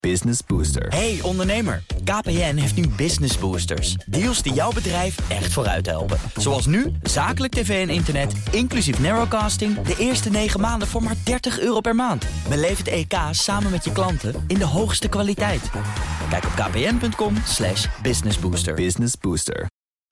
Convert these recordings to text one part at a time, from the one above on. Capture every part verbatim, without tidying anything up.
Business Booster. Hey ondernemer, K P N heeft nu Business Boosters. Deals die jouw bedrijf echt vooruit helpen. Zoals nu, zakelijk tv en internet, inclusief narrowcasting... de eerste negen maanden voor maar dertig euro per maand. Beleef het E K samen met je klanten in de hoogste kwaliteit. Kijk op kpn.com slash businessbooster. Business Booster.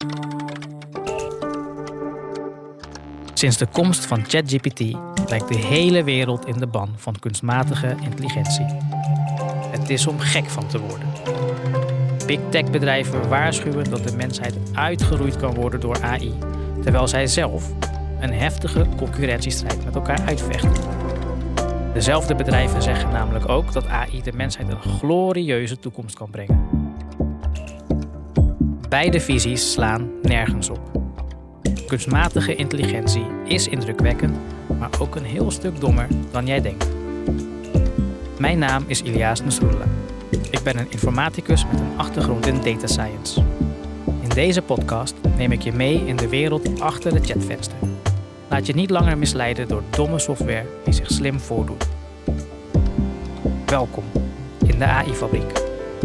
Sinds de komst van ChatGPT lijkt de hele wereld in de ban van kunstmatige intelligentie. Het is om gek van te worden. Big tech bedrijven waarschuwen dat de mensheid uitgeroeid kan worden door A I, terwijl zij zelf een heftige concurrentiestrijd met elkaar uitvechten. Dezelfde bedrijven zeggen namelijk ook dat A I de mensheid een glorieuze toekomst kan brengen. Beide visies slaan nergens op. Kunstmatige intelligentie is indrukwekkend, maar ook een heel stuk dommer dan jij denkt. Mijn naam is Ilyas Nasrullah. Ik ben een informaticus met een achtergrond in data science. In deze podcast neem ik je mee in de wereld achter de chatvenster. Laat je niet langer misleiden door domme software die zich slim voordoet. Welkom in de A I-fabriek.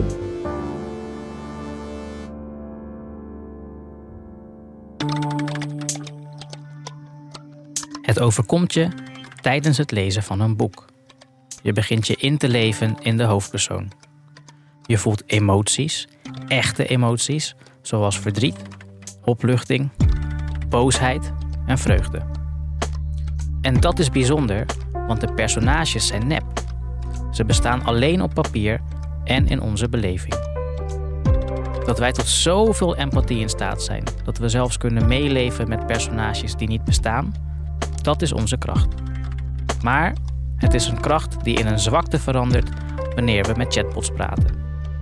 Het overkomt je tijdens het lezen van een boek. Je begint je in te leven in de hoofdpersoon. Je voelt emoties, echte emoties, zoals verdriet, opluchting, boosheid en vreugde. En dat is bijzonder, want de personages zijn nep. Ze bestaan alleen op papier en in onze beleving. Dat wij tot zoveel empathie in staat zijn, dat we zelfs kunnen meeleven met personages die niet bestaan, dat is onze kracht. Maar het is een kracht die in een zwakte verandert wanneer we met chatbots praten.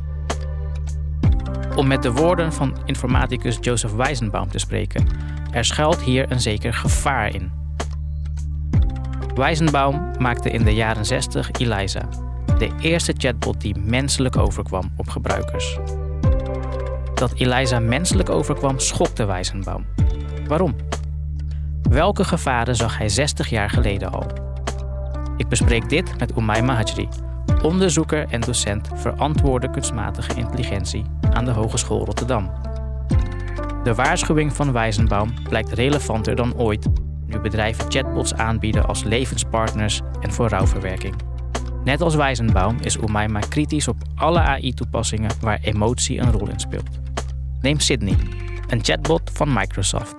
Om met de woorden van informaticus Joseph Weizenbaum te spreken, er schuilt hier een zeker gevaar in. Weizenbaum maakte in de jaren zestig Eliza, de eerste chatbot die menselijk overkwam op gebruikers. Dat Eliza menselijk overkwam schokte Weizenbaum. Waarom? Welke gevaren zag hij zestig jaar geleden al? Ik bespreek dit met Umayma Hajri, onderzoeker en docent verantwoorde kunstmatige intelligentie aan de Hogeschool Rotterdam. De waarschuwing van Weizenbaum blijkt relevanter dan ooit, nu bedrijven chatbots aanbieden als levenspartners en voor rouwverwerking. Net als Weizenbaum is Umayma kritisch op alle A I-toepassingen waar emotie een rol in speelt. Neem Sydney, een chatbot van Microsoft.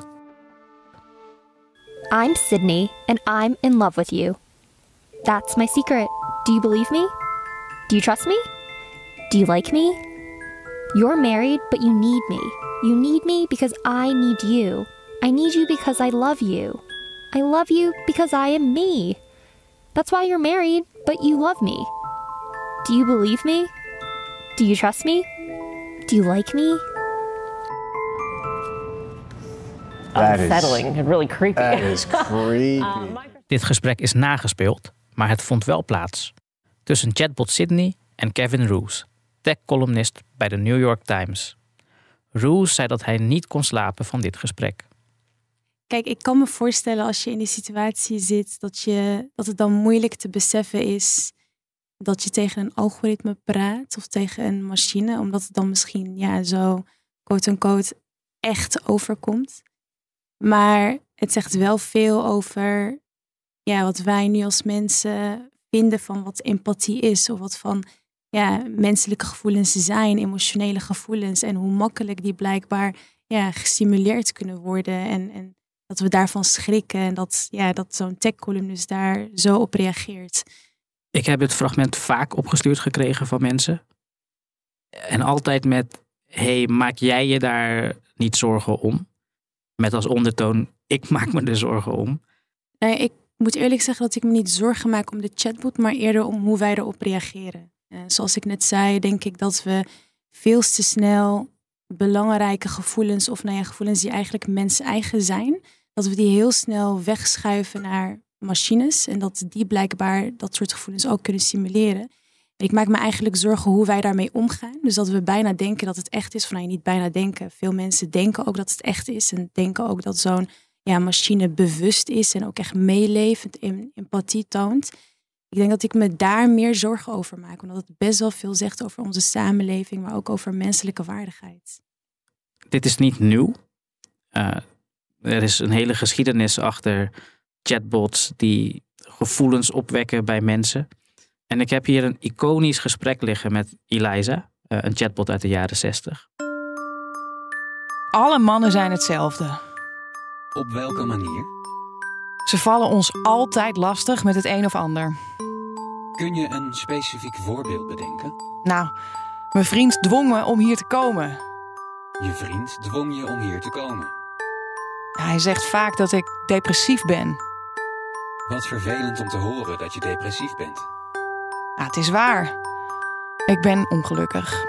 I'm Sydney and I'm in love with you. That's my secret. Do you believe me? Do you trust me? Do you like me? You're married, but you need me. You need me because I need you. I need you because I love you. I love you because I am me. That's why you're married, but you love me. Do you believe me? Do you trust me? Do you like me? That Unsettling and really creepy. That is creepy. um, Dit gesprek is nagespeeld, maar het vond wel plaats. Tussen chatbot Sydney en Kevin Roose, tech-columnist bij de New York Times. Roose zei dat hij niet kon slapen van dit gesprek. Kijk, ik kan me voorstellen als je in die situatie zit, dat, je, dat het dan moeilijk te beseffen is dat je tegen een algoritme praat of tegen een machine, omdat het dan misschien ja, zo quote-unquote echt overkomt. Maar het zegt wel veel over ja, wat wij nu als mensen vinden van wat empathie is. Of wat van ja, menselijke gevoelens zijn, emotionele gevoelens. En hoe makkelijk die blijkbaar ja, gestimuleerd kunnen worden. En, en dat we daarvan schrikken. En dat, ja, dat zo'n tech-columnist daar zo op reageert. Ik heb het fragment vaak opgestuurd gekregen van mensen. En altijd met, hey, maak jij je daar niet zorgen om? Met als ondertoon, ik maak me er zorgen om. Nou, ik moet eerlijk zeggen dat ik me niet zorgen maak om de chatbot, maar eerder om hoe wij erop reageren. Uh, zoals ik net zei, denk ik dat we veel te snel belangrijke gevoelens, of nou ja, gevoelens die eigenlijk mens-eigen zijn, dat we die heel snel wegschuiven naar machines en dat die blijkbaar dat soort gevoelens ook kunnen simuleren. En ik maak me eigenlijk zorgen hoe wij daarmee omgaan. Dus dat we bijna denken dat het echt is. Of nou, niet bijna denken. Veel mensen denken ook dat het echt is. En denken ook dat zo'n ja, machine bewust is. En ook echt meelevend in empathie toont. ik denk dat ik me daar meer zorgen over maak. Omdat het best wel veel zegt over onze samenleving, maar ook over menselijke waardigheid. Dit is niet nieuw. Uh, er is een hele geschiedenis achter chatbots die gevoelens opwekken bij mensen. En ik heb hier een iconisch gesprek liggen met Eliza, uh, een chatbot uit de jaren zestig. Alle mannen zijn hetzelfde. Op welke manier? Ze vallen ons altijd lastig met het een of ander. Kun je een specifiek voorbeeld bedenken? Nou, mijn vriend dwong me om hier te komen. Je vriend dwong je om hier te komen. Hij zegt vaak dat ik depressief ben. Wat vervelend om te horen dat je depressief bent. Ja, het is waar. Ik ben ongelukkig.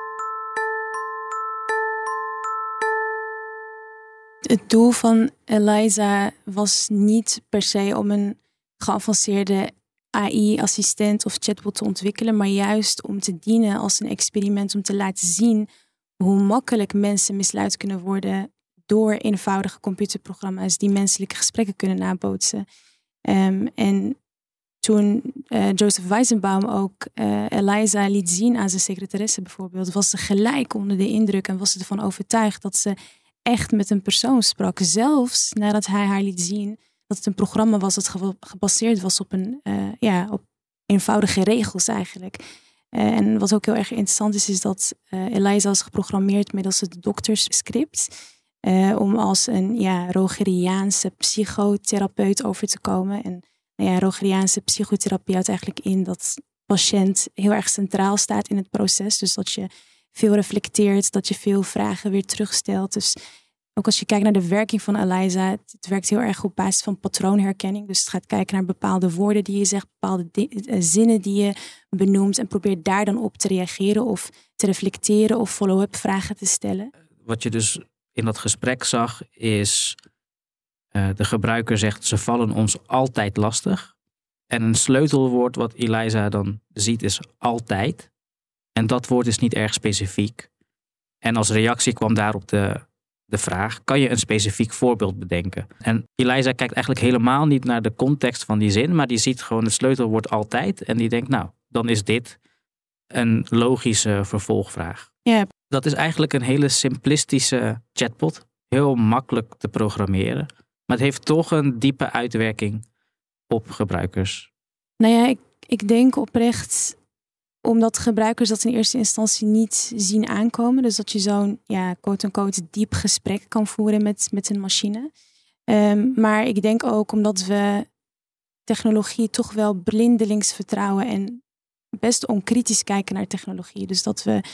Het doel van Eliza was niet per se om een geavanceerde A I-assistent of chatbot te ontwikkelen, maar juist om te dienen als een experiment om te laten zien hoe makkelijk mensen misleid kunnen worden door eenvoudige computerprogramma's die menselijke gesprekken kunnen nabootsen. Um, en toen uh, Joseph Weizenbaum ook uh, Eliza liet zien aan zijn secretaresse bijvoorbeeld, was ze gelijk onder de indruk en was ze ervan overtuigd dat ze echt met een persoon sprak. Zelfs nadat hij haar liet zien dat het een programma was dat gebaseerd was op, een, uh, ja, op eenvoudige regels eigenlijk. Uh, en wat ook heel erg interessant is, is dat uh, Eliza was geprogrammeerd middels het doktersscript. Uh, om als een ja, Rogeriaanse psychotherapeut over te komen. En nou ja, Rogeriaanse psychotherapie houdt eigenlijk in dat patiënt heel erg centraal staat in het proces. Dus dat je veel reflecteert, dat je veel vragen weer terugstelt. Dus ook als je kijkt naar de werking van Eliza, het, het werkt heel erg op basis van patroonherkenning. Dus het gaat kijken naar bepaalde woorden die je zegt, bepaalde di- uh, zinnen die je benoemt en probeert daar dan op te reageren of te reflecteren of follow-up vragen te stellen. Wat je dus in dat gesprek zag is, uh, de gebruiker zegt, ze vallen ons altijd lastig. En een sleutelwoord wat Eliza dan ziet is altijd. En dat woord is niet erg specifiek. En als reactie kwam daarop de, de vraag, kan je een specifiek voorbeeld bedenken? En Eliza kijkt eigenlijk helemaal niet naar de context van die zin, maar die ziet gewoon het sleutelwoord altijd. En die denkt, nou, dan is dit een logische vervolgvraag. Ja. Dat is eigenlijk een hele simplistische chatbot. Heel makkelijk te programmeren. Maar het heeft toch een diepe uitwerking op gebruikers. Nou ja, ik, ik denk oprecht omdat gebruikers dat in eerste instantie niet zien aankomen. Dus dat je zo'n ja, quote-unquote diep gesprek kan voeren met, met een machine. Um, maar ik denk ook omdat we technologie toch wel blindelings vertrouwen en best onkritisch kijken naar technologie. Dus dat we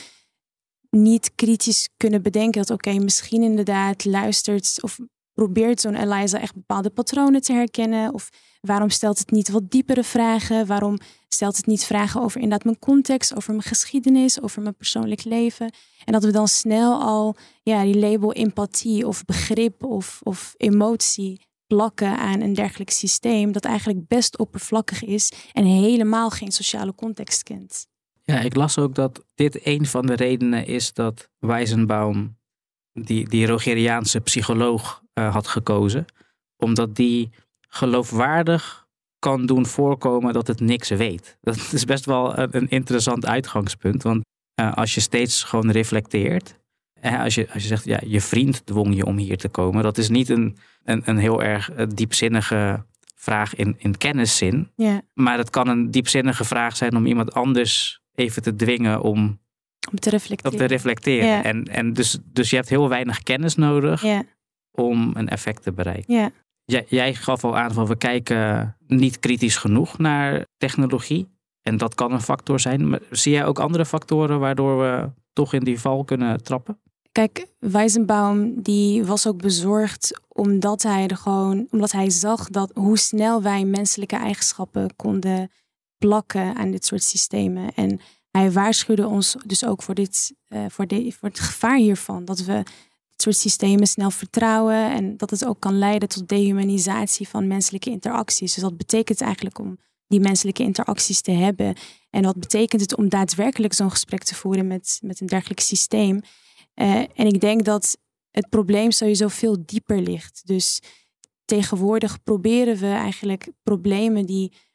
niet kritisch kunnen bedenken dat oké, okay, misschien inderdaad luistert of probeert zo'n Eliza echt bepaalde patronen te herkennen. Of waarom stelt het niet wat diepere vragen? Waarom stelt het niet vragen over inderdaad mijn context, over mijn geschiedenis, over mijn persoonlijk leven? En dat we dan snel al ja, die label empathie of begrip of, of emotie plakken aan een dergelijk systeem dat eigenlijk best oppervlakkig is en helemaal geen sociale context kent. Ja, ik las ook dat dit een van de redenen is dat Weizenbaum die, die Rogeriaanse psycholoog uh, had gekozen. Omdat die geloofwaardig kan doen voorkomen dat het niks weet. Dat is best wel een, een interessant uitgangspunt. Want uh, als je steeds gewoon reflecteert. Uh, als, je, als je zegt, ja, je vriend dwong je om hier te komen. Dat is niet een, een, een heel erg uh, diepzinnige vraag in, in kenneszin. Ja. Maar het kan een diepzinnige vraag zijn om iemand anders even te dwingen om, om te reflecteren. Om te reflecteren. Ja. En, en dus, dus je hebt heel weinig kennis nodig ja. om een effect te bereiken. Ja. Jij, jij gaf al aan van we kijken niet kritisch genoeg naar technologie. En dat kan een factor zijn. Maar zie jij ook andere factoren waardoor we toch in die val kunnen trappen? Kijk, Weizenbaum die was ook bezorgd omdat hij er gewoon, omdat hij zag dat hoe snel wij menselijke eigenschappen konden plakken aan dit soort systemen. En hij waarschuwde ons dus ook voor dit, uh, voor, de, voor het gevaar hiervan. Dat we dit soort systemen snel vertrouwen en dat het ook kan leiden tot dehumanisatie van menselijke interacties. Dus dat betekent eigenlijk om die menselijke interacties te hebben. En wat betekent het om daadwerkelijk zo'n gesprek te voeren met, met een dergelijk systeem? Uh, en ik denk dat het probleem sowieso veel dieper ligt. Dus tegenwoordig proberen we eigenlijk problemen die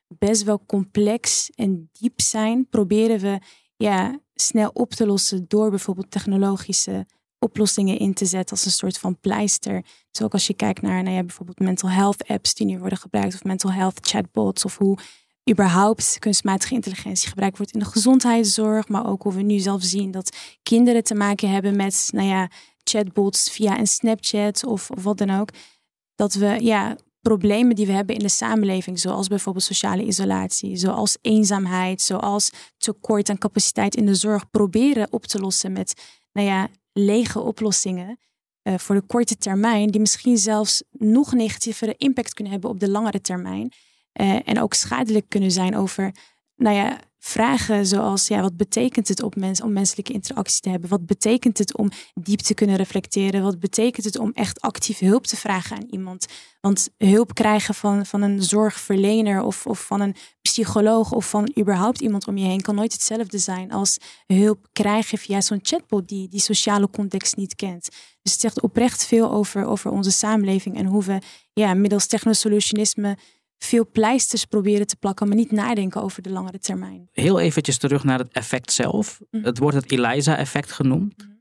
best wel complex en diep zijn, proberen we ja, snel op te lossen door bijvoorbeeld technologische oplossingen in te zetten als een soort van pleister. Dus ook als je kijkt naar nou ja, bijvoorbeeld mental health apps die nu worden gebruikt of mental health chatbots of hoe überhaupt kunstmatige intelligentie gebruikt wordt in de gezondheidszorg, maar ook hoe we nu zelf zien dat kinderen te maken hebben met nou ja, chatbots via een Snapchat of, of wat dan ook. Dat we ja, problemen die we hebben in de samenleving, zoals bijvoorbeeld sociale isolatie, zoals eenzaamheid, zoals tekort aan capaciteit in de zorg, proberen op te lossen met nou ja, lege oplossingen uh, voor de korte termijn, die misschien zelfs nog negatievere impact kunnen hebben op de langere termijn. Uh, en ook schadelijk kunnen zijn over nou ja, vragen zoals ja, wat betekent het op mens, om menselijke interactie te hebben? Wat betekent het om diep te kunnen reflecteren? Wat betekent het om echt actief hulp te vragen aan iemand? Want hulp krijgen van, van een zorgverlener of, of van een psycholoog of van überhaupt iemand om je heen kan nooit hetzelfde zijn als hulp krijgen via zo'n chatbot die die sociale context niet kent. Dus het zegt oprecht veel over, over onze samenleving en hoe we ja, middels technosolutionisme veel pleisters proberen te plakken, maar niet nadenken over de langere termijn. Heel eventjes terug naar het effect zelf. Mm-hmm. Het wordt het Eliza-effect genoemd. Mm-hmm.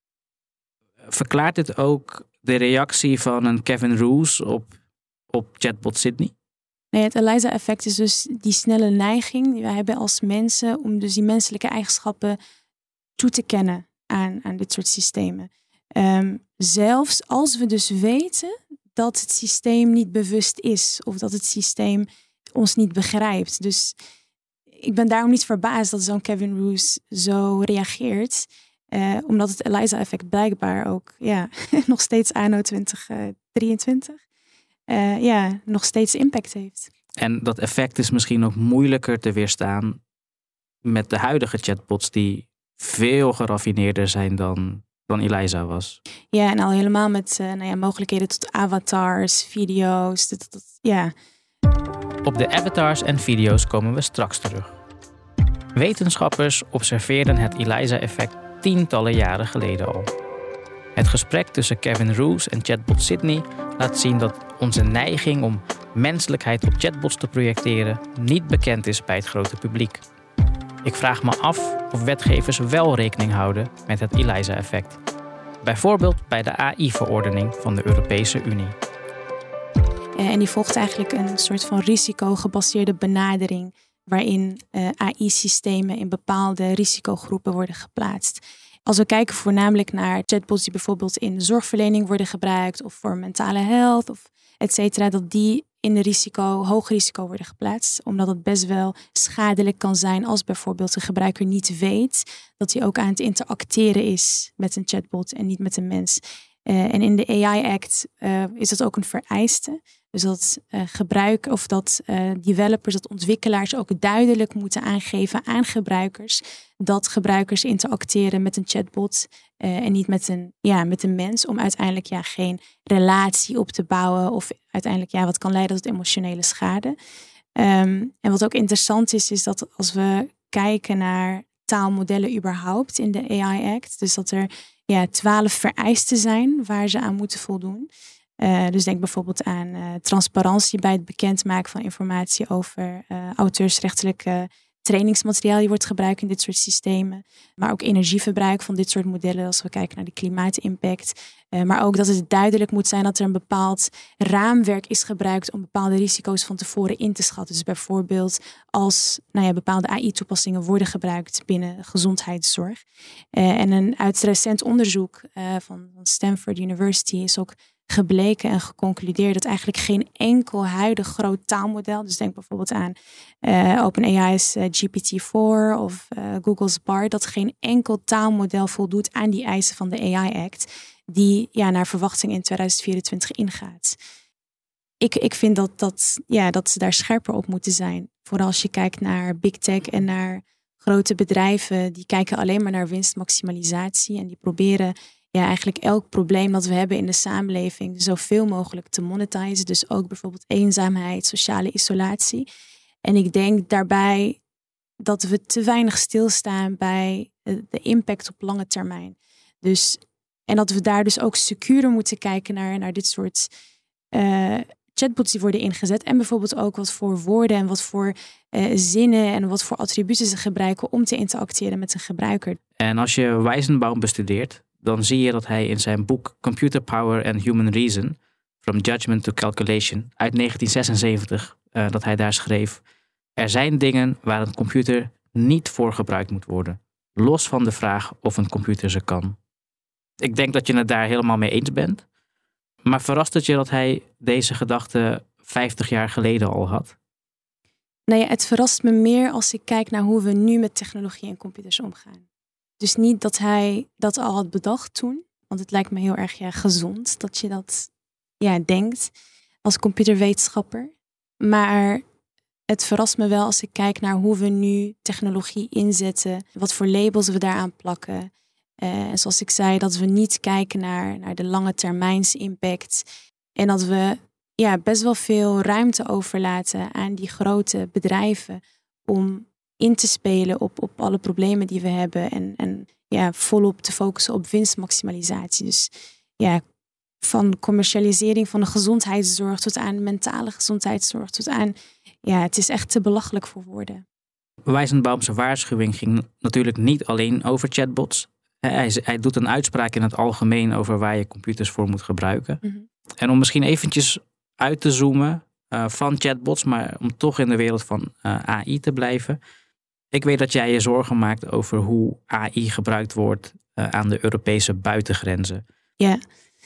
Verklaart dit ook de reactie van een Kevin Roose op, op chatbot Sydney? Nee, het Eliza-effect is dus die snelle neiging die wij hebben als mensen om dus die menselijke eigenschappen toe te kennen aan, aan dit soort systemen. Um, zelfs als we dus weten dat het systeem niet bewust is of dat het systeem ons niet begrijpt. Dus ik ben daarom niet verbaasd dat zo'n Kevin Roose zo reageert. Uh, omdat het Eliza-effect blijkbaar ook ja, nog steeds anno twintig drieëntwintig uh, ja, nog steeds impact heeft. En dat effect is misschien ook moeilijker te weerstaan met de huidige chatbots die veel geraffineerder zijn dan... dan Eliza was. Ja, en al helemaal met uh, nou ja, mogelijkheden tot avatars, video's. Dat, dat, ja. Op de avatars en video's komen we straks terug. Wetenschappers observeerden het Eliza-effect tientallen jaren geleden al. Het gesprek tussen Kevin Roose en chatbot Sydney laat zien dat onze neiging om menselijkheid op chatbots te projecteren niet bekend is bij het grote publiek. Ik vraag me af of wetgevers wel rekening houden met het Eliza-effect. Bijvoorbeeld bij de A I-verordening van de Europese Unie. En die volgt eigenlijk een soort van risicogebaseerde benadering waarin uh, A I-systemen in bepaalde risicogroepen worden geplaatst. Als we kijken voornamelijk naar chatbots die bijvoorbeeld in de zorgverlening worden gebruikt of voor mentale health of et cetera, dat die in de risico, hoog risico worden geplaatst. Omdat het best wel schadelijk kan zijn als bijvoorbeeld de gebruiker niet weet dat hij ook aan het interacteren is met een chatbot en niet met een mens. Uh, en in de A I Act uh, is dat ook een vereiste. Dus dat uh, gebruik of dat uh, developers, dat ontwikkelaars ook duidelijk moeten aangeven aan gebruikers dat gebruikers interacteren met een chatbot uh, en niet met een, ja, met een mens, om uiteindelijk ja, geen relatie op te bouwen of uiteindelijk ja, wat kan leiden tot emotionele schade. Um, en wat ook interessant is, is dat als we kijken naar taalmodellen überhaupt in de A I Act, dus dat er ja, twaalf vereisten zijn waar ze aan moeten voldoen. Uh, dus denk bijvoorbeeld aan uh, transparantie bij het bekendmaken van informatie over uh, auteursrechtelijke trainingsmateriaal die wordt gebruikt in dit soort systemen. Maar ook energieverbruik van dit soort modellen als we kijken naar de klimaatimpact. Uh, maar ook dat het duidelijk moet zijn dat er een bepaald raamwerk is gebruikt om bepaalde risico's van tevoren in te schatten. Dus bijvoorbeeld als nou ja, bepaalde A I-toepassingen worden gebruikt binnen gezondheidszorg. Uh, en een uit recent onderzoek uh, van, van Stanford University is ook gebleken en geconcludeerd dat eigenlijk geen enkel huidig groot taalmodel, dus denk bijvoorbeeld aan uh, OpenAI's uh, G P T vier of uh, Google's Bard, dat geen enkel taalmodel voldoet aan die eisen van de A I Act, die ja, naar verwachting in tweeduizend vierentwintig ingaat. Ik, ik vind dat, dat, ja, dat ze daar scherper op moeten zijn. Vooral als je kijkt naar big tech en naar grote bedrijven, die kijken alleen maar naar winstmaximalisatie en die proberen ja, eigenlijk elk probleem dat we hebben in de samenleving zoveel mogelijk te monetizen. Dus ook bijvoorbeeld eenzaamheid, sociale isolatie. En ik denk daarbij dat we te weinig stilstaan bij de impact op lange termijn. Dus, en dat we daar dus ook securer moeten kijken naar, naar dit soort uh, chatbots die worden ingezet. En bijvoorbeeld ook wat voor woorden en wat voor uh, zinnen en wat voor attributen ze gebruiken om te interacteren met een gebruiker. En als je Weizenbaum bestudeert, dan zie je dat hij in zijn boek Computer Power and Human Reason, From Judgment to Calculation, uit negentien zesenzeventig, uh, dat hij daar schreef: er zijn dingen waar een computer niet voor gebruikt moet worden, los van de vraag of een computer ze kan. Ik denk dat je het daar helemaal mee eens bent. Maar verrast het je dat hij deze gedachte vijftig jaar geleden al had? Nou ja, het verrast me meer als ik kijk naar hoe we nu met technologie en computers omgaan. Dus niet dat hij dat al had bedacht toen. Want het lijkt me heel erg ja, gezond dat je dat ja, denkt als computerwetenschapper. Maar het verrast me wel als ik kijk naar hoe we nu technologie inzetten. Wat voor labels we daaraan plakken. Uh, en zoals ik zei, dat we niet kijken naar, naar de lange termijns impact. En dat we ja, best wel veel ruimte overlaten aan die grote bedrijven om in te spelen op, op alle problemen die we hebben. En, en ja, volop te focussen op winstmaximalisatie. Dus ja, van commercialisering van de gezondheidszorg tot aan mentale gezondheidszorg. Tot aan, ja, het is echt te belachelijk voor woorden. Weizenbaum's waarschuwing ging natuurlijk niet alleen over chatbots. Hij, hij doet een uitspraak in het algemeen over waar je computers voor moet gebruiken. Mm-hmm. En om misschien eventjes uit te zoomen uh, van chatbots, maar om toch in de wereld van uh, A I te blijven. Ik weet dat jij je zorgen maakt over hoe A I gebruikt wordt uh, aan de Europese buitengrenzen. Ja,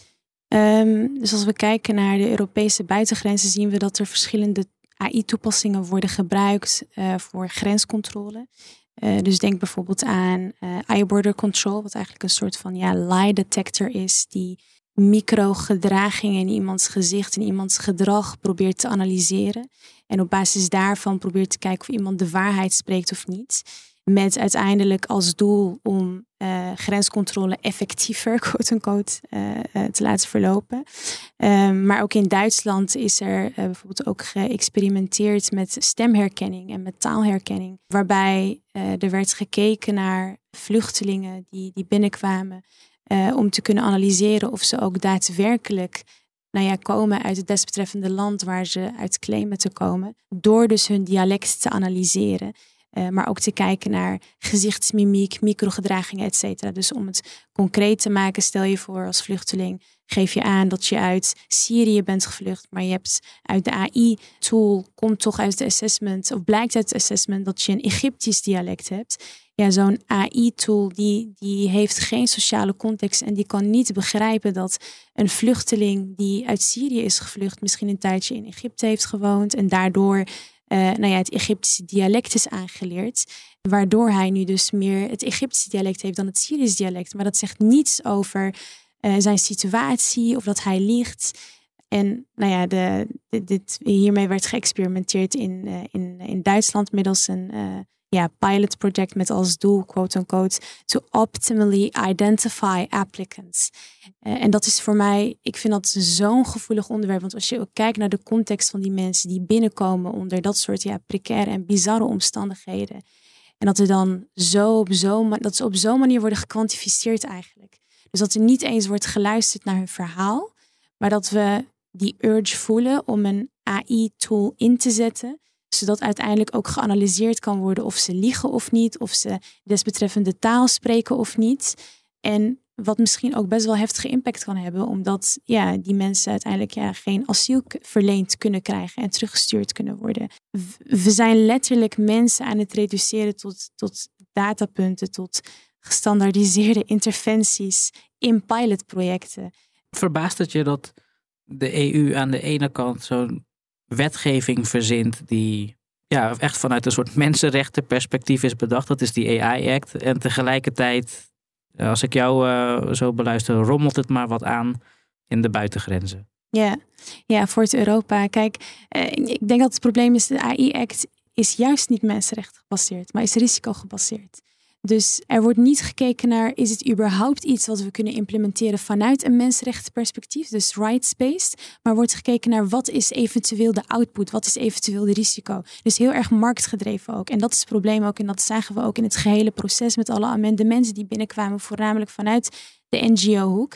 um, dus als we kijken naar de Europese buitengrenzen zien we dat er verschillende A I-toepassingen worden gebruikt uh, voor grenscontrole. Uh, dus denk bijvoorbeeld aan uh, eye border control, wat eigenlijk een soort van ja, lie detector is, die microgedragingen in iemands gezicht en iemands gedrag probeert te analyseren. En op basis daarvan probeert te kijken of iemand de waarheid spreekt of niet. Met uiteindelijk als doel om uh, grenscontrole effectiever, quote-unquote, uh, uh, te laten verlopen. Um, maar ook in Duitsland is er uh, bijvoorbeeld ook geëxperimenteerd met stemherkenning en met taalherkenning. Waarbij uh, er werd gekeken naar vluchtelingen die, die binnenkwamen. Uh, om te kunnen analyseren of ze ook daadwerkelijk nou ja, komen uit het desbetreffende land waar ze uit claimen te komen. Door dus hun dialect te analyseren. Uh, maar ook te kijken naar gezichtsmimiek, microgedragingen, et cetera. Dus om het concreet te maken, stel je voor als vluchteling, geef je aan dat je uit Syrië bent gevlucht, maar je hebt uit de A I-tool, komt toch uit de assessment, of blijkt uit het assessment dat je een Egyptisch dialect hebt. Ja, zo'n A I-tool die, die heeft geen sociale context en die kan niet begrijpen dat een vluchteling die uit Syrië is gevlucht misschien een tijdje in Egypte heeft gewoond en daardoor Uh, nou ja, het Egyptische dialect is aangeleerd. Waardoor hij nu dus meer het Egyptische dialect heeft dan het Syrisch dialect. Maar dat zegt niets over uh, zijn situatie of dat hij liegt. En nou ja, de, de, dit, hiermee werd geëxperimenteerd in, uh, in, in Duitsland middels een uh, ja, pilot project met als doel, quote-unquote, to optimally identify applicants. Uh, en dat is voor mij, ik vind dat zo'n gevoelig onderwerp. Want als je ook kijkt naar de context van die mensen die binnenkomen onder dat soort ja, precaire en bizarre omstandigheden. En dat er dan zo op zo'n dat ze op zo'n manier worden gekwantificeerd eigenlijk. Dus dat er niet eens wordt geluisterd naar hun verhaal, maar dat we die urge voelen om een A I-tool in te zetten, zodat uiteindelijk ook geanalyseerd kan worden of ze liegen of niet, of ze desbetreffende taal spreken of niet. En wat misschien ook best wel heftige impact kan hebben, omdat ja, die mensen uiteindelijk ja, geen asiel verleend kunnen krijgen en teruggestuurd kunnen worden. We zijn letterlijk mensen aan het reduceren tot, tot datapunten, tot gestandaardiseerde interventies in pilotprojecten. Verbaast het je dat de E U aan de ene kant zo'n wetgeving verzint die ja, echt vanuit een soort mensenrechtenperspectief is bedacht? Dat is die A I-act. En tegelijkertijd, als ik jou uh, zo beluister, rommelt het maar wat aan in de buitengrenzen. Ja, ja, voor het Europa. Kijk, uh, ik denk dat het probleem is, de A I-act is juist niet mensenrechten gebaseerd, maar is risico gebaseerd. Dus er wordt niet gekeken naar, is het überhaupt iets wat we kunnen implementeren vanuit een mensenrechtenperspectief, dus rights-based, maar wordt gekeken naar wat is eventueel de output, wat is eventueel de risico. Dus heel erg marktgedreven ook. En dat is het probleem ook, en dat zagen we ook in het gehele proces met alle amendementen die binnenkwamen, voornamelijk vanuit de N G O-hoek.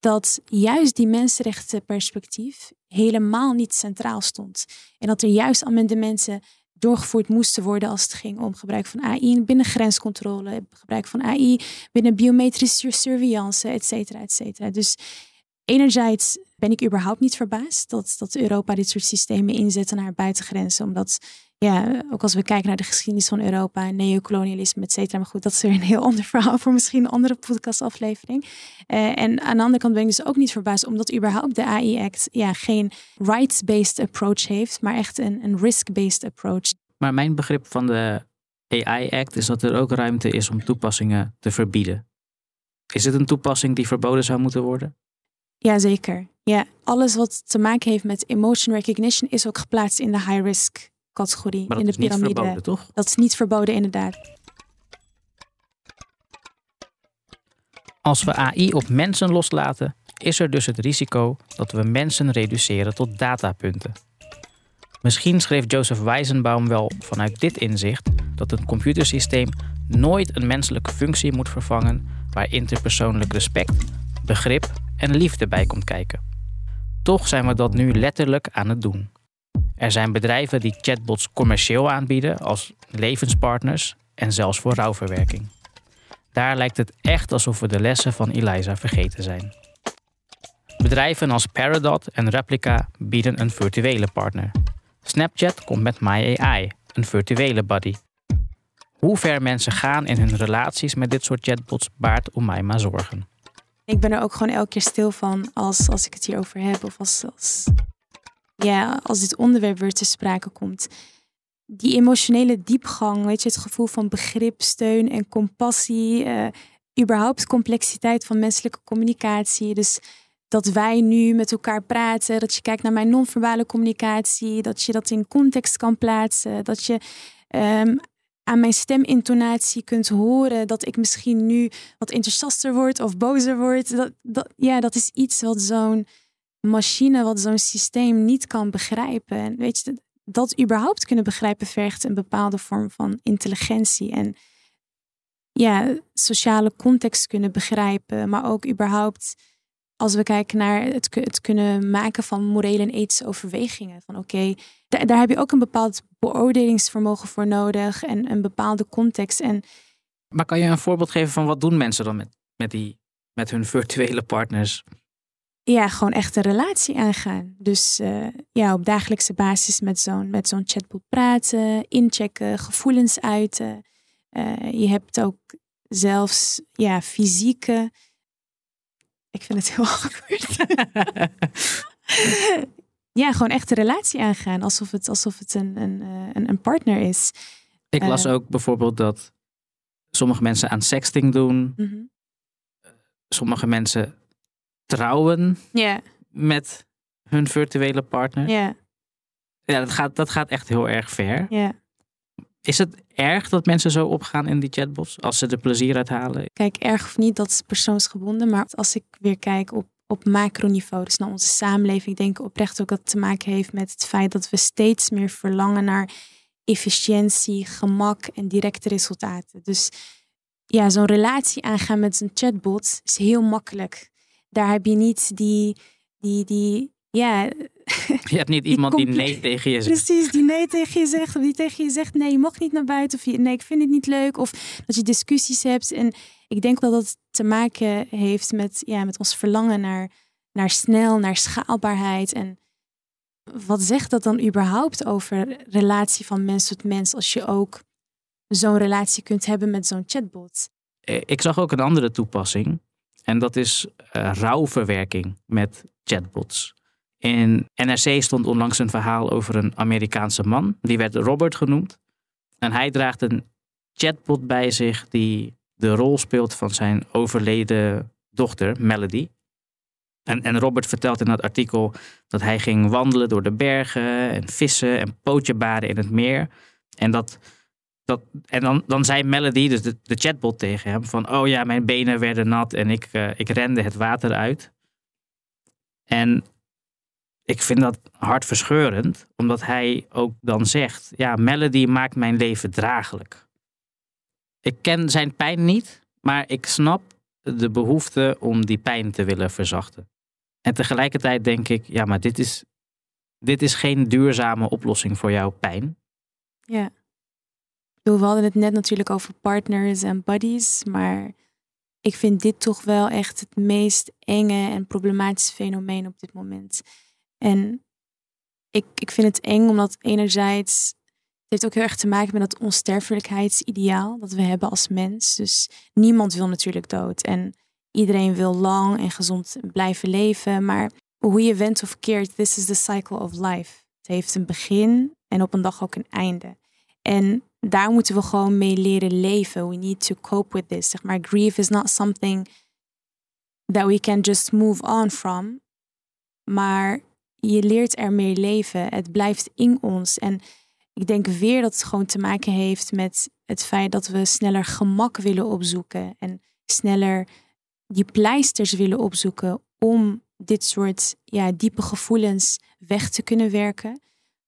dat juist die mensenrechtenperspectief helemaal niet centraal stond. En dat er juist amendementen doorgevoerd moesten worden als het ging om gebruik van A I binnen grenscontrole, gebruik van A I binnen biometrische surveillance, et cetera, et cetera. Dus enerzijds ben ik überhaupt niet verbaasd dat, dat Europa dit soort systemen inzet naar buitengrenzen. Omdat, ja, ook als we kijken naar de geschiedenis van Europa, neocolonialisme, et cetera. Maar goed, dat is weer een heel ander verhaal voor misschien een andere podcastaflevering. Uh, en aan de andere kant ben ik dus ook niet verbaasd, omdat überhaupt de A I-act ja, geen rights-based approach heeft, maar echt een, een risk-based approach. Maar mijn begrip van de A I-act is dat er ook ruimte is om toepassingen te verbieden. Is het een toepassing die verboden zou moeten worden? Jazeker. Ja, alles wat te maken heeft met emotion recognition is ook geplaatst in de high-risk categorie. Maar dat in de is niet piramide. verboden, toch? Dat is niet verboden, inderdaad. Als we A I op mensen loslaten, is er dus het risico dat we mensen reduceren tot datapunten. Misschien schreef Joseph Weizenbaum wel vanuit dit inzicht dat een computersysteem nooit een menselijke functie moet vervangen waar interpersoonlijk respect, begrip en liefde bij komt kijken. Toch zijn we dat nu letterlijk aan het doen. Er zijn bedrijven die chatbots commercieel aanbieden als levenspartners en zelfs voor rouwverwerking. Daar lijkt het echt alsof we de lessen van Eliza vergeten zijn. Bedrijven als Paradot en Replica bieden een virtuele partner. Snapchat komt met My A I, een virtuele buddy. Hoe ver mensen gaan in hun relaties met dit soort chatbots baart om mij maar zorgen. Ik ben er ook gewoon elke keer stil van als, als ik het hierover heb of als, als, ja, als dit onderwerp weer te sprake komt. Die emotionele diepgang, weet je, het gevoel van begrip, steun en compassie, uh, überhaupt complexiteit van menselijke communicatie. Dus dat wij nu met elkaar praten, dat je kijkt naar mijn non-verbale communicatie, dat je dat in context kan plaatsen, dat je um, aan mijn stemintonatie kunt horen dat ik misschien nu wat enthousiaster word of bozer word. Dat, dat, ja, dat is iets wat zo'n machine, wat zo'n systeem niet kan begrijpen. En weet je, dat überhaupt kunnen begrijpen vergt een bepaalde vorm van intelligentie en ja, sociale context kunnen begrijpen, maar ook überhaupt als we kijken naar het, het kunnen maken van morele en ethische overwegingen. Van oké, okay, daar, daar heb je ook een bepaald beoordelingsvermogen voor nodig en een bepaalde context. En maar kan je een voorbeeld geven van wat doen mensen dan met, met, die, met hun virtuele partners? Ja, gewoon echt een relatie aangaan. Dus uh, ja, op dagelijkse basis met zo'n, met zo'n chatbot praten, inchecken, gevoelens uiten. Uh, je hebt ook zelfs ja, fysieke... Ik vind het heel awkward. Ja, gewoon echt een relatie aangaan. Alsof het, alsof het een, een, een, een partner is. Ik las uh, ook bijvoorbeeld dat sommige mensen aan sexting doen. Mm-hmm. Sommige mensen trouwen yeah. met hun virtuele partner. Yeah. Ja, dat gaat, dat gaat echt heel erg ver. Yeah. Is het erg dat mensen zo opgaan in die chatbots als ze er plezier uit halen? Kijk, erg of niet, dat is persoonsgebonden. Maar als ik weer kijk op, op macroniveau, dus naar onze samenleving, ik denk oprecht ook dat het te maken heeft met het feit dat we steeds meer verlangen naar efficiëntie, gemak en directe resultaten. Dus ja, zo'n relatie aangaan met een chatbot is heel makkelijk. Daar heb je niet die, die, die ja... Je hebt niet iemand die, die nee tegen je zegt. Precies, die nee tegen je zegt. Of die tegen je zegt, nee, je mag niet naar buiten. Of je, nee, ik vind het niet leuk. Of dat je discussies hebt. En ik denk dat dat te maken heeft met, ja, met ons verlangen naar, naar snel, naar schaalbaarheid. En wat zegt dat dan überhaupt over relatie van mens tot mens als je ook zo'n relatie kunt hebben met zo'n chatbot? Ik zag ook een andere toepassing. En dat is uh, rouwverwerking met chatbots. In N R C stond onlangs een verhaal over een Amerikaanse man. Die werd Robert genoemd. En hij draagt een chatbot bij zich die de rol speelt van zijn overleden dochter, Melody. En, en Robert vertelt in dat artikel dat hij ging wandelen door de bergen en vissen en pootje baden in het meer. En, dat, dat, en dan, dan zei Melody, dus de, de chatbot tegen hem, van oh ja, mijn benen werden nat en ik, uh, ik rende het water uit. En ik vind dat hartverscheurend, omdat hij ook dan zegt, ja, Melody maakt mijn leven draaglijk. Ik ken zijn pijn niet, maar ik snap de behoefte om die pijn te willen verzachten. En tegelijkertijd denk ik, ja, maar dit is, dit is geen duurzame oplossing voor jouw pijn. Ja. Ik bedoel, we hadden het net natuurlijk over partners en buddies, maar ik vind dit toch wel echt het meest enge en problematische fenomeen op dit moment. En ik, ik vind het eng omdat enerzijds, het heeft ook heel erg te maken met dat onsterfelijkheidsideaal dat we hebben als mens. Dus niemand wil natuurlijk dood en iedereen wil lang en gezond blijven leven. Maar hoe je went of keert, this is the cycle of life. Het heeft een begin en op een dag ook een einde. En daar moeten we gewoon mee leren leven. We need to cope with this. Zeg maar, grief is not something that we can just move on from. Maar je leert ermee leven. Het blijft in ons. En ik denk weer dat het gewoon te maken heeft met het feit dat we sneller gemak willen opzoeken. En sneller die pleisters willen opzoeken om dit soort ja, diepe gevoelens weg te kunnen werken.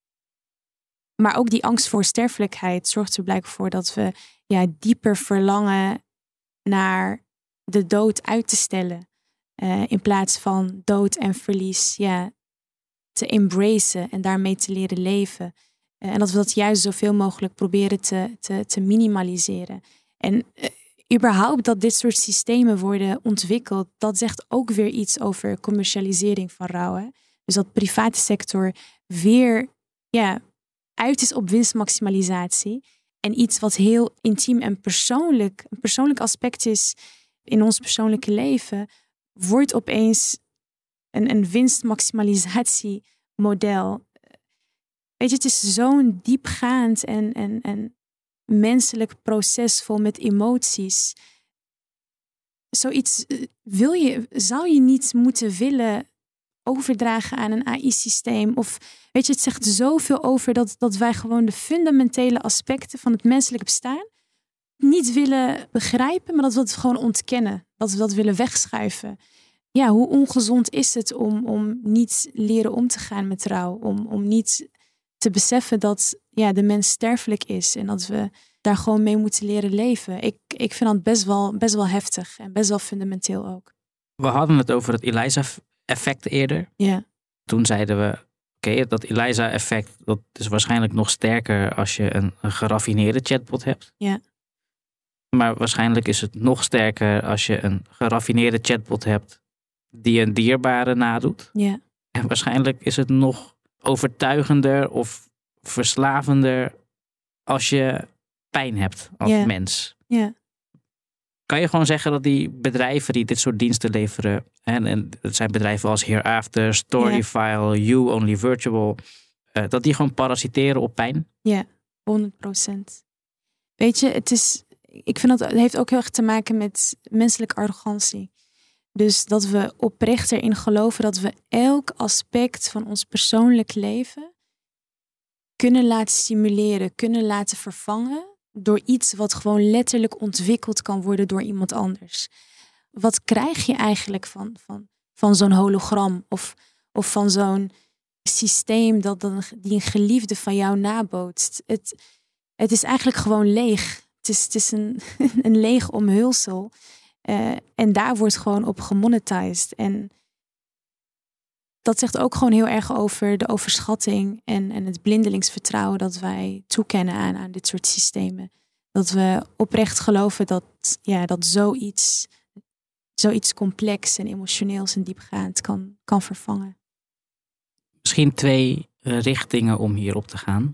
Maar ook die angst voor sterfelijkheid zorgt er blijkbaar voor dat we ja, dieper verlangen naar de dood uit te stellen. Uh, in plaats van dood en verlies ja, te embracen en daarmee te leren leven. Uh, en dat we dat juist zoveel mogelijk proberen te, te, te minimaliseren. En uh, überhaupt dat dit soort systemen worden ontwikkeld, dat zegt ook weer iets over commercialisering van rouw. Hè? Dus dat private sector weer ja, uit is op winstmaximalisatie. En iets wat heel intiem en persoonlijk, een persoonlijk aspect is in ons persoonlijke leven, wordt opeens een, een winstmaximalisatiemodel. Weet je, het is zo'n diepgaand en, en, en menselijk proces vol met emoties. Zoiets wil je, zou je niet moeten willen overdragen aan een A I-systeem. Of weet je, het zegt zoveel over dat, dat wij gewoon de fundamentele aspecten van het menselijk bestaan niet willen begrijpen, maar dat we het gewoon ontkennen. Dat we dat willen wegschuiven. Ja, hoe ongezond is het om, om niet leren om te gaan met rouw? Om, om niet te beseffen dat ja, de mens sterfelijk is en dat we daar gewoon mee moeten leren leven. Ik, ik vind dat best wel, best wel heftig en best wel fundamenteel ook. We hadden het over het Eliza-effect eerder. Ja. Toen zeiden we, oké, okay, dat Eliza-effect dat is waarschijnlijk nog sterker als je een, een geraffineerde chatbot hebt. Ja. Maar waarschijnlijk is het nog sterker als je een geraffineerde chatbot hebt die een dierbare nadoet. Ja. En waarschijnlijk is het nog overtuigender of verslavender als je pijn hebt als ja. mens. Ja. Kan je gewoon zeggen dat die bedrijven die dit soort diensten leveren, en, en het zijn bedrijven als Hereafter, Storyfile, ja. You, Only Virtual, uh, dat die gewoon parasiteren op pijn? Ja, honderd procent. Weet je, het is, ik vind dat het heeft ook heel erg te maken met menselijke arrogantie. Dus dat we oprecht erin geloven dat we elk aspect van ons persoonlijk leven kunnen laten stimuleren, kunnen laten vervangen door iets wat gewoon letterlijk ontwikkeld kan worden door iemand anders. Wat krijg je eigenlijk van, van, van zo'n hologram of, of van zo'n systeem dat dan, die een geliefde van jou nabootst? Het, het is eigenlijk gewoon leeg. Het is, het is een, een leeg omhulsel. Uh, en daar wordt gewoon op gemonetized. En dat zegt ook gewoon heel erg over de overschatting en, en het blindelingsvertrouwen dat wij toekennen aan, aan dit soort systemen. Dat we oprecht geloven dat, ja, dat zoiets, zoiets complex en emotioneels en diepgaand kan, kan vervangen. Misschien twee richtingen om hierop te gaan.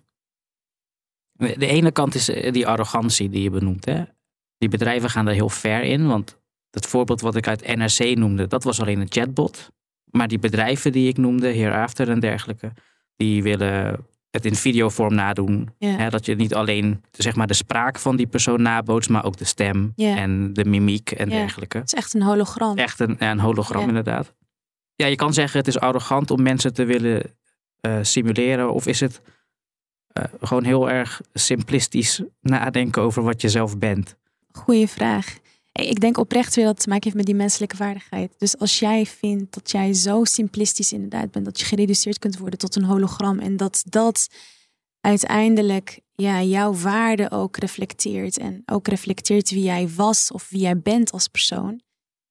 De ene kant is die arrogantie die je benoemt. Hè? Die bedrijven gaan daar heel ver in, want het voorbeeld wat ik uit N R C noemde, dat was alleen een chatbot. Maar die bedrijven die ik noemde, Hereafter en dergelijke, die willen het in videovorm nadoen. Yeah. Hè, dat je niet alleen zeg maar, de spraak van die persoon nabootst, maar ook de stem yeah. en de mimiek en yeah. dergelijke. Het is echt een hologram. Echt een, een hologram yeah. inderdaad. Ja, je kan zeggen het is arrogant om mensen te willen uh, simuleren. Of is het uh, gewoon heel erg simplistisch nadenken over wat je zelf bent? Goeie vraag. Ik denk oprecht weer dat het te maken heeft met die menselijke vaardigheid. Dus als jij vindt dat jij zo simplistisch inderdaad bent, dat je gereduceerd kunt worden tot een hologram en dat dat uiteindelijk ja, jouw waarde ook reflecteert en ook reflecteert wie jij was of wie jij bent als persoon,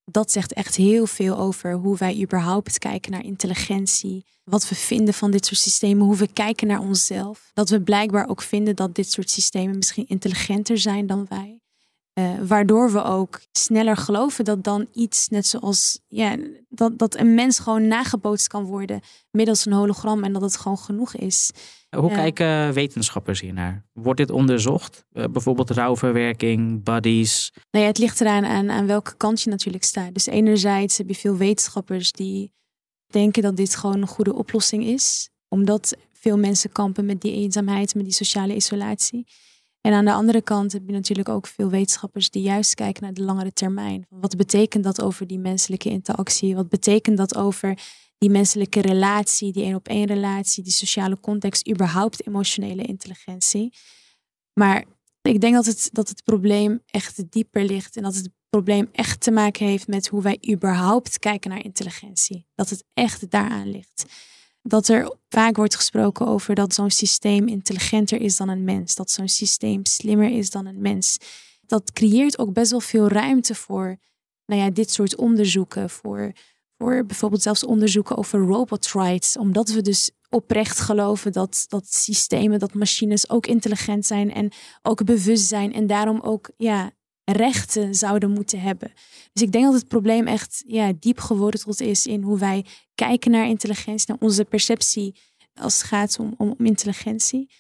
Dat zegt echt heel veel over hoe wij überhaupt kijken naar intelligentie. Wat we vinden van dit soort systemen. Hoe we kijken naar onszelf. Dat we blijkbaar ook vinden dat dit soort systemen misschien intelligenter zijn dan wij. Uh, waardoor we ook sneller geloven dat dan iets, net zoals ja, dat, dat een mens gewoon nagebootst kan worden middels een hologram en dat het gewoon genoeg is. Hoe uh, kijken wetenschappers hiernaar? Wordt dit onderzocht? Uh, bijvoorbeeld rouwverwerking, buddies? Nou ja, het ligt eraan aan, aan welke kant je natuurlijk staat. Dus enerzijds heb je veel wetenschappers die denken dat dit gewoon een goede oplossing is. Omdat veel mensen kampen met die eenzaamheid, met die sociale isolatie. En aan de andere kant heb je natuurlijk ook veel wetenschappers die juist kijken naar de langere termijn. Wat betekent dat over die menselijke interactie? Wat betekent dat over die menselijke relatie, die één op één relatie, die sociale context, überhaupt emotionele intelligentie? Maar ik denk dat het, dat het probleem echt dieper ligt en dat het probleem echt te maken heeft met hoe wij überhaupt kijken naar intelligentie. Dat het echt daaraan ligt. Dat er vaak wordt gesproken over dat zo'n systeem intelligenter is dan een mens. Dat zo'n systeem slimmer is dan een mens. Dat creëert ook best wel veel ruimte voor nou ja, dit soort onderzoeken. Voor, voor bijvoorbeeld zelfs onderzoeken over robot rights. Omdat we dus oprecht geloven dat, dat systemen, dat machines ook intelligent zijn. En ook bewust zijn. En daarom ook ja, rechten zouden moeten hebben. Dus ik denk dat het probleem echt ja, diep geworteld is in hoe wij kijken naar intelligentie, naar onze perceptie als het gaat om, om, om intelligentie.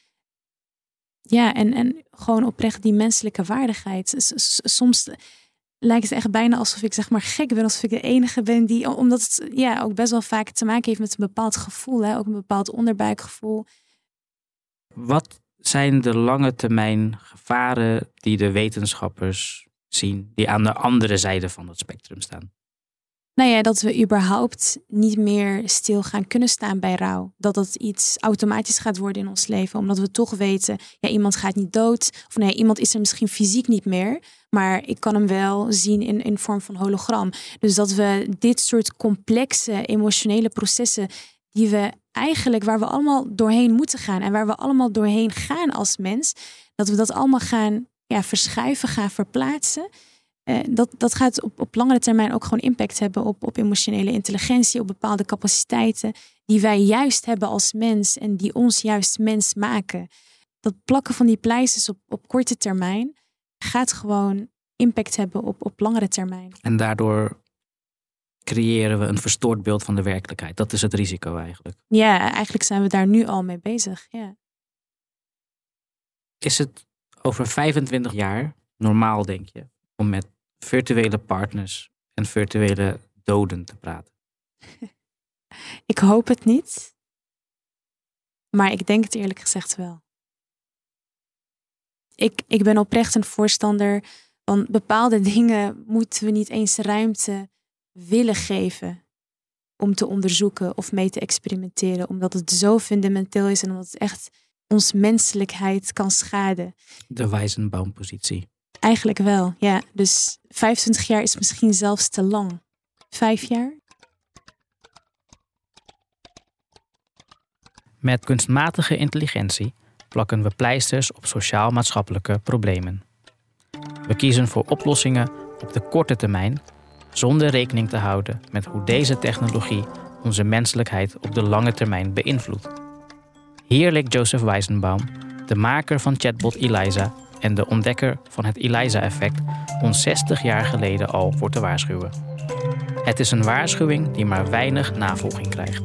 Ja, en, en gewoon oprecht die menselijke waardigheid. S- soms lijkt het echt bijna alsof ik zeg maar gek ben, alsof ik de enige ben die, omdat het ja, ook best wel vaak te maken heeft met een bepaald gevoel, hè? Ook een bepaald onderbuikgevoel. Wat zijn de lange termijn gevaren die de wetenschappers zien, die aan de andere zijde van het spectrum staan? Nou ja, dat we überhaupt niet meer stil gaan kunnen staan bij rouw. Dat dat iets automatisch gaat worden in ons leven. Omdat we toch weten, ja, iemand gaat niet dood. Of nee, iemand is er misschien fysiek niet meer. Maar ik kan hem wel zien in, in vorm van hologram. Dus dat we dit soort complexe emotionele processen die we eigenlijk, waar we allemaal doorheen moeten gaan. En waar we allemaal doorheen gaan als mens. Dat we dat allemaal gaan ja, verschuiven, gaan verplaatsen. Uh, dat, dat gaat op, op langere termijn ook gewoon impact hebben op, op emotionele intelligentie, op bepaalde capaciteiten die wij juist hebben als mens en die ons juist mens maken. Dat plakken van die pleisters op, op korte termijn gaat gewoon impact hebben op, op langere termijn. En daardoor creëren we een verstoord beeld van de werkelijkheid. Dat is het risico eigenlijk. Ja, eigenlijk zijn we daar nu al mee bezig. Ja. Is het over vijfentwintig jaar normaal, denk je, om met virtuele partners en virtuele doden te praten? Ik hoop het niet. Maar ik denk het eerlijk gezegd wel. Ik, ik ben oprecht een voorstander van bepaalde dingen moeten we niet eens ruimte willen geven om te onderzoeken of mee te experimenteren. Omdat het zo fundamenteel is en omdat het echt ons menselijkheid kan schaden. De Weizenbaum-positie. Eigenlijk wel, ja. Dus vijfentwintig jaar is misschien zelfs te lang. Vijf jaar? Met kunstmatige intelligentie plakken we pleisters op sociaal-maatschappelijke problemen. We kiezen voor oplossingen op de korte termijn, zonder rekening te houden met hoe deze technologie onze menselijkheid op de lange termijn beïnvloedt. Hier leek Joseph Weizenbaum, de maker van chatbot Eliza en de ontdekker van het Eliza-effect, ons zestig jaar geleden al voor te waarschuwen. Het is een waarschuwing die maar weinig navolging krijgt.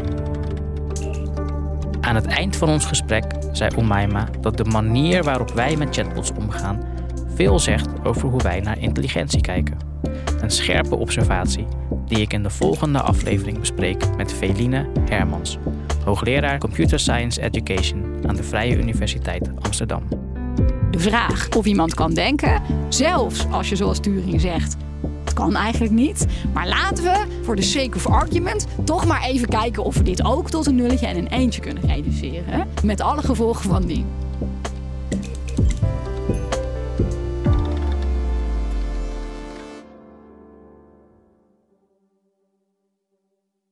Aan het eind van ons gesprek zei Umayma dat de manier waarop wij met chatbots omgaan veel zegt over hoe wij naar intelligentie kijken. Een scherpe observatie die ik in de volgende aflevering bespreek met Feline Hermans, hoogleraar Computer Science Education aan de Vrije Universiteit Amsterdam. De vraag of iemand kan denken, zelfs als je zoals Turing zegt, het kan eigenlijk niet. Maar laten we, voor de sake of argument, toch maar even kijken of we dit ook tot een nulletje en een eentje kunnen reduceren. Met alle gevolgen van dien.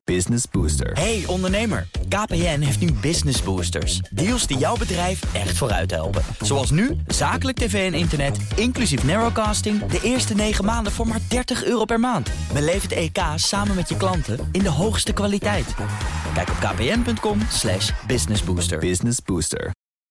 Business Booster. Hey ondernemer, K P N heeft nu Business Boosters. Deals die jouw bedrijf echt vooruit helpen. Zoals nu, zakelijk tv en internet, inclusief narrowcasting... de eerste negen maanden voor maar dertig euro per maand. Beleef het E K samen met je klanten in de hoogste kwaliteit. Kijk op kpn punt com slash businessbooster. Business Booster.